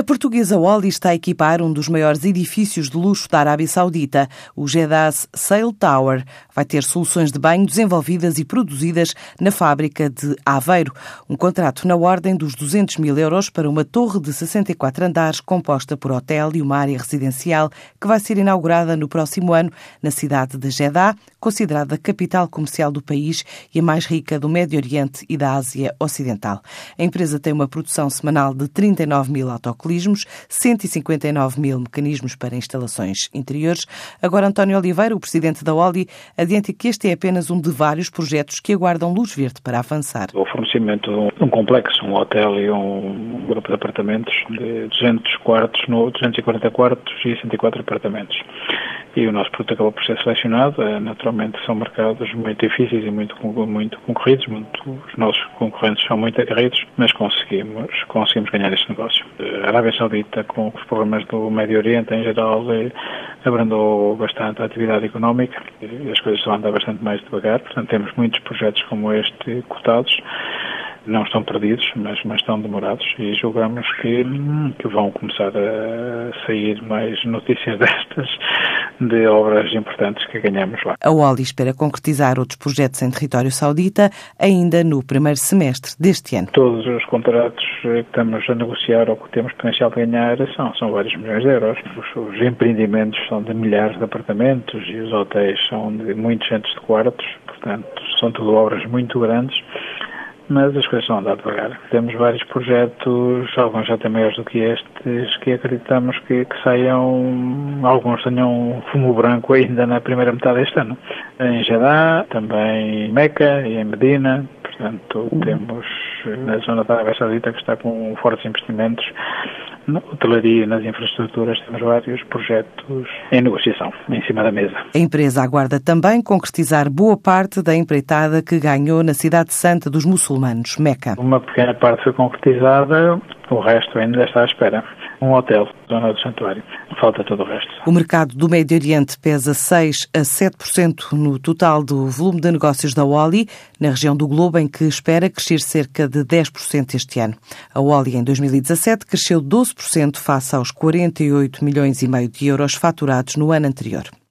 A portuguesa Wally está a equipar um dos maiores edifícios de luxo da Arábia Saudita, o Jeddah Sail Tower. Vai ter soluções de banho desenvolvidas e produzidas na fábrica de Aveiro. Um contrato na ordem dos 200 mil euros para uma torre de 64 andares composta por hotel e uma área residencial que vai ser inaugurada no próximo ano na cidade de Jeddah, considerada a capital comercial do país e a mais rica do Médio Oriente e da Ásia Ocidental. A empresa tem uma produção semanal de 39 mil autocolismos, 159 mil mecanismos para instalações interiores. Agora, António Oliveira, o presidente da Wally, adianta que este é apenas um de vários projetos que aguardam luz verde para avançar. O fornecimento de um complexo, um hotel e um grupo de apartamentos de 200 quartos, 240 quartos e 104 apartamentos. E o nosso produto acabou por ser selecionado. Naturalmente são mercados muito difíceis e muito concorridos. Os nossos concorrentes são muito aguerridos, mas conseguimos ganhar este negócio. A Arábia Saudita, com os problemas do Médio Oriente em geral, abrandou bastante a atividade económica e as coisas estão a andar bastante mais devagar. Portanto, temos muitos projetos como este cotados. Não estão perdidos, mas estão demorados e julgamos que vão começar a sair mais notícias destas de obras importantes que ganhamos lá. A Wally espera concretizar outros projetos em território saudita ainda no primeiro semestre deste ano. Todos os contratos que estamos a negociar ou que temos potencial de ganhar são vários milhões de euros. Os empreendimentos são de milhares de apartamentos e os hotéis são de muitos centros de quartos, portanto são tudo obras muito grandes. Mas as coisas estão a andar devagar. Temos vários projetos, alguns já têm maiores do que estes, que acreditamos que saiam, alguns tenham fumo branco ainda na primeira metade deste ano. Em Jeddah, também em Meca e em Medina. Portanto, temos na zona da Arábia Saudita que está com fortes investimentos. Na hotelaria e nas infraestruturas temos vários projetos em negociação, em cima da mesa. A empresa aguarda também concretizar boa parte da empreitada que ganhou na cidade santa dos muçulmanos, Meca. Uma pequena parte foi concretizada, o resto ainda está à espera. Um hotel, zona do santuário. Falta todo o resto. O mercado do Médio Oriente pesa 6 a 7% no total do volume de negócios da Wally, na região do globo em que espera crescer cerca de 10% este ano. A Wally, em 2017, cresceu 12% face aos 48,5 milhões de euros faturados no ano anterior.